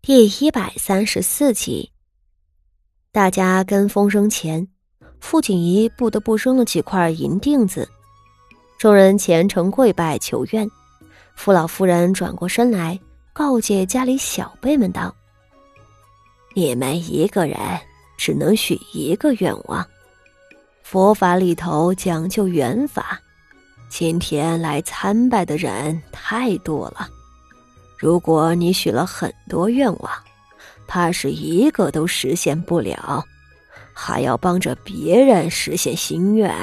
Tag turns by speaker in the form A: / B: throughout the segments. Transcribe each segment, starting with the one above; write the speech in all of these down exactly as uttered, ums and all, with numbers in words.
A: 第一百三十四集。大家跟风扔钱，傅锦仪不得不扔了几块银锭子。众人虔诚跪拜求愿。傅老夫人转过身来，告诫家里小辈们道：你们一个人只能许一个愿望，佛法里头讲究缘法，今天来参拜的人太多了，如果你许了很多愿望，怕是一个都实现不了，还要帮着别人实现心愿。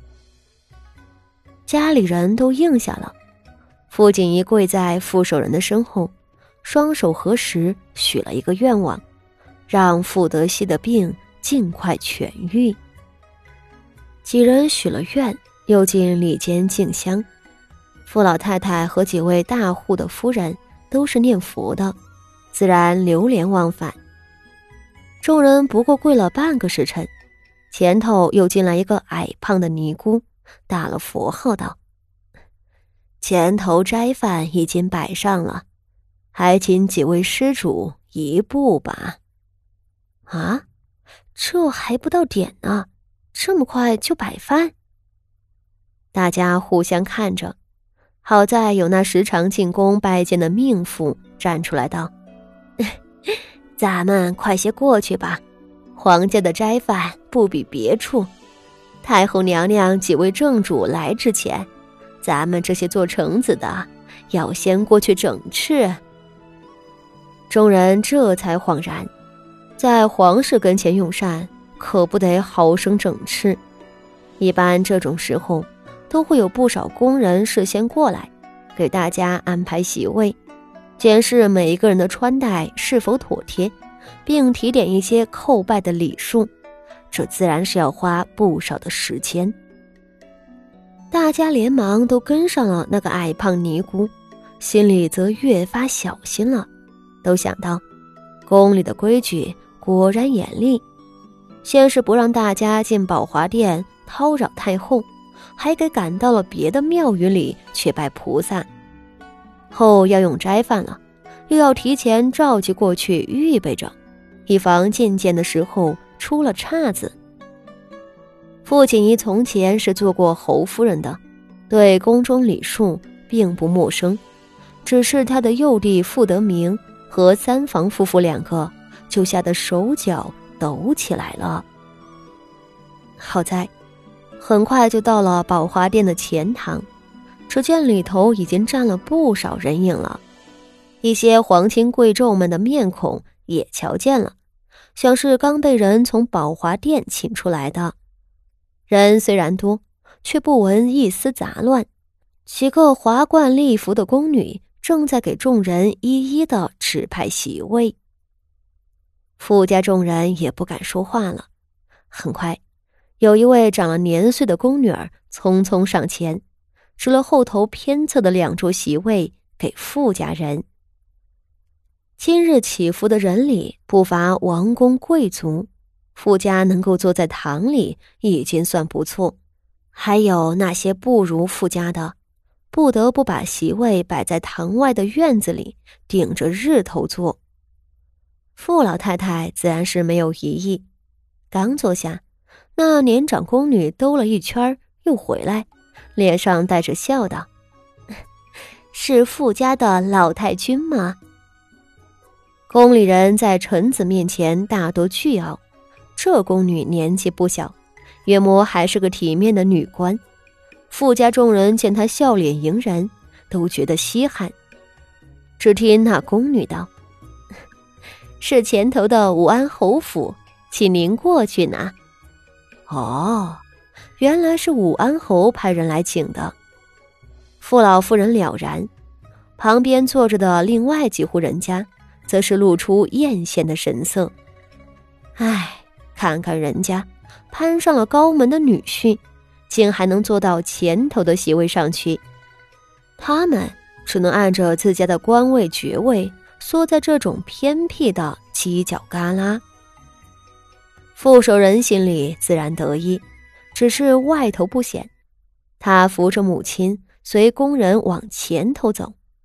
A: 家里人都应下了。傅锦仪跪在傅守仁的身后，双手合十，许了一个愿望，让傅德熙的病尽快痊愈。几人许了愿，又进里间敬香。傅老太太和几位大户的夫人都是念佛的，自然流连忘返。众人不过跪了半个时辰，前头又进来一个矮胖的尼姑，打了佛号道：前头斋饭已经摆上了，还请几位施主一步吧。啊，这还不到点呢，这么快就摆饭？大家互相看着，好在有那时常进宫拜见的命妇站出来道：咱们快些过去吧，皇家的斋饭不比别处，太后娘娘几位正主来之前，咱们这些做臣子的要先过去整饬。众人这才恍然，在皇室跟前用膳可不得好生整饬，一般这种时候都会有不少工人事先过来给大家安排席位，检视每一个人的穿戴是否妥帖，并提点一些叩拜的礼数，这自然是要花不少的时间。大家连忙都跟上了那个矮胖尼姑，心里则越发小心了，都想到宫里的规矩果然严厉，先是不让大家进宝华殿叨扰太后，还给赶到了别的庙宇里去拜菩萨，后要用斋饭了，又要提前召集过去预备着，以防觐见的时候出了岔子。傅锦仪从前是做过侯夫人的，对宫中礼数并不陌生，只是他的幼弟傅德明和三房夫妇两个就吓得手脚抖起来了。好在很快就到了宝华殿的前堂，只见里头已经站了不少人影了，一些皇亲贵胄们的面孔也瞧见了，像是刚被人从宝华殿请出来的。人虽然多，却不闻一丝杂乱，几个华冠丽服的宫女正在给众人一一的指派席位。傅家众人也不敢说话了。很快，有一位长了年岁的宫女儿匆匆上前，指了后头偏侧的两桌席位给傅家人。今日祈福的人里不乏王公贵族，傅家能够坐在堂里已经算不错，还有那些不如傅家的，不得不把席位摆在堂外的院子里，顶着日头坐。傅老太太自然是没有异议，刚坐下，那年长宫女兜了一圈又回来，脸上带着笑道：是傅家的老太君吗？宫里人在臣子面前大多倨傲，这宫女年纪不小，约莫还是个体面的女官。傅家众人见她笑脸迎人，都觉得稀罕。只听那宫女道：是前头的武安侯府，请您过去拿。哦，原来是武安侯派人来请的。傅老夫人了然，旁边坐着的另外几户人家则是露出艳羡的神色。唉，看看人家攀上了高门的女婿，竟还能坐到前头的席位上去，他们只能按着自家的官位爵位缩在这种偏僻的犄角旮旯。傅守仁心里自然得意，只是外头不显。他扶着母亲随工人往前头走，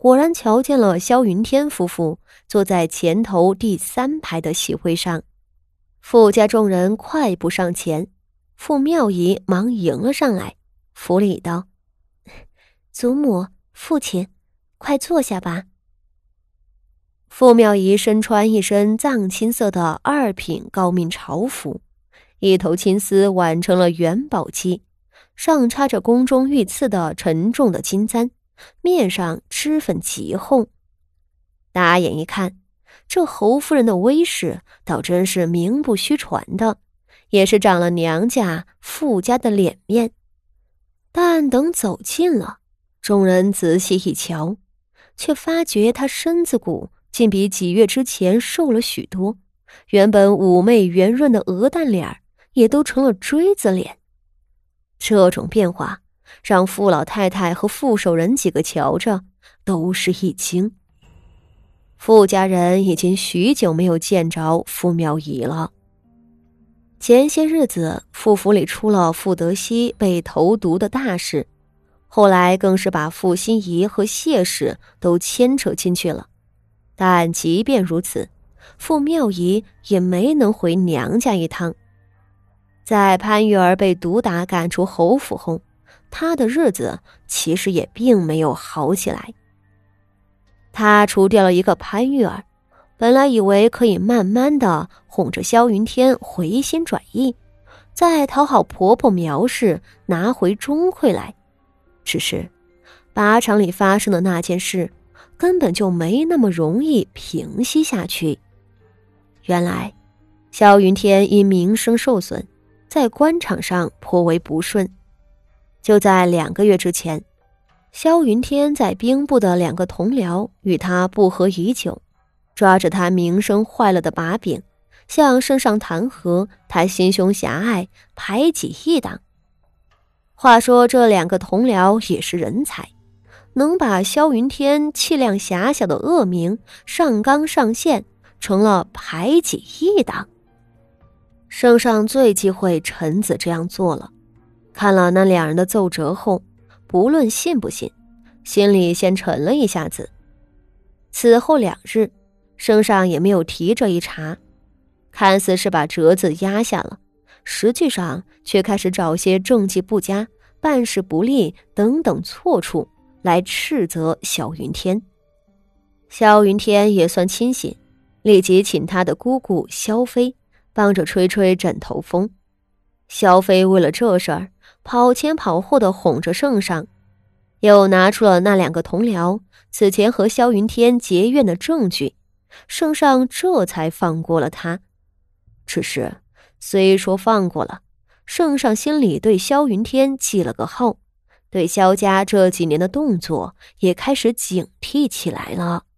A: 果然瞧见了萧云天夫妇坐在前头第三排的席位上。傅家众人快步上前，傅妙仪忙迎了上来，扶礼道：“祖母、父亲，快坐下吧。”傅妙仪身穿一身藏青色的二品高命朝服，一头青丝挽成了元宝髻，上插着宫中御赐的沉重的金簪，面上脂粉极厚。打眼一看，这侯夫人的威势倒真是名不虚传的，也是长了娘家傅家的脸面。但等走近了，众人仔细一瞧，却发觉她身子骨竟比几月之前瘦了许多，原本妩媚圆润的鹅蛋脸也都成了锥子脸。这种变化让傅老太太和傅守仁几个瞧着都是一惊。傅家人已经许久没有见着傅妙仪了。前些日子傅府里出了傅德熙被投毒的大事，后来更是把傅心怡和谢氏都牵扯进去了。但即便如此，傅妙仪也没能回娘家一趟。在潘玉儿被毒打赶出侯府后，她的日子其实也并没有好起来。她除掉了一个潘玉儿，本来以为可以慢慢的哄着萧云天回心转意，再讨好婆婆苗氏拿回钟会来。只是靶场里发生的那件事根本就没那么容易平息下去。原来萧云天因名声受损，在官场上颇为不顺。就在两个月之前，萧云天在兵部的两个同僚与他不和已久，抓着他名声坏了的把柄，向圣上弹劾他心胸狭隘，排挤异党。话说这两个同僚也是人才，能把萧云天气量狭小的恶名上纲上线，成了排挤异党。圣上最忌讳臣子这样做了，看了那两人的奏折后，不论信不信，心里先沉了一下子。此后两日，圣上也没有提这一茬，看似是把折子压下了，实际上却开始找些政绩不佳、办事不力等等错处来斥责萧云天。萧云天也算清醒，立即请他的姑姑萧妃帮着吹吹枕头风。萧妃为了这事儿跑前跑后的哄着圣上，又拿出了那两个同僚此前和萧云天结怨的证据，圣上这才放过了他。只是虽说放过了，圣上心里对萧云天记了个号，对萧家这几年的动作也开始警惕起来了。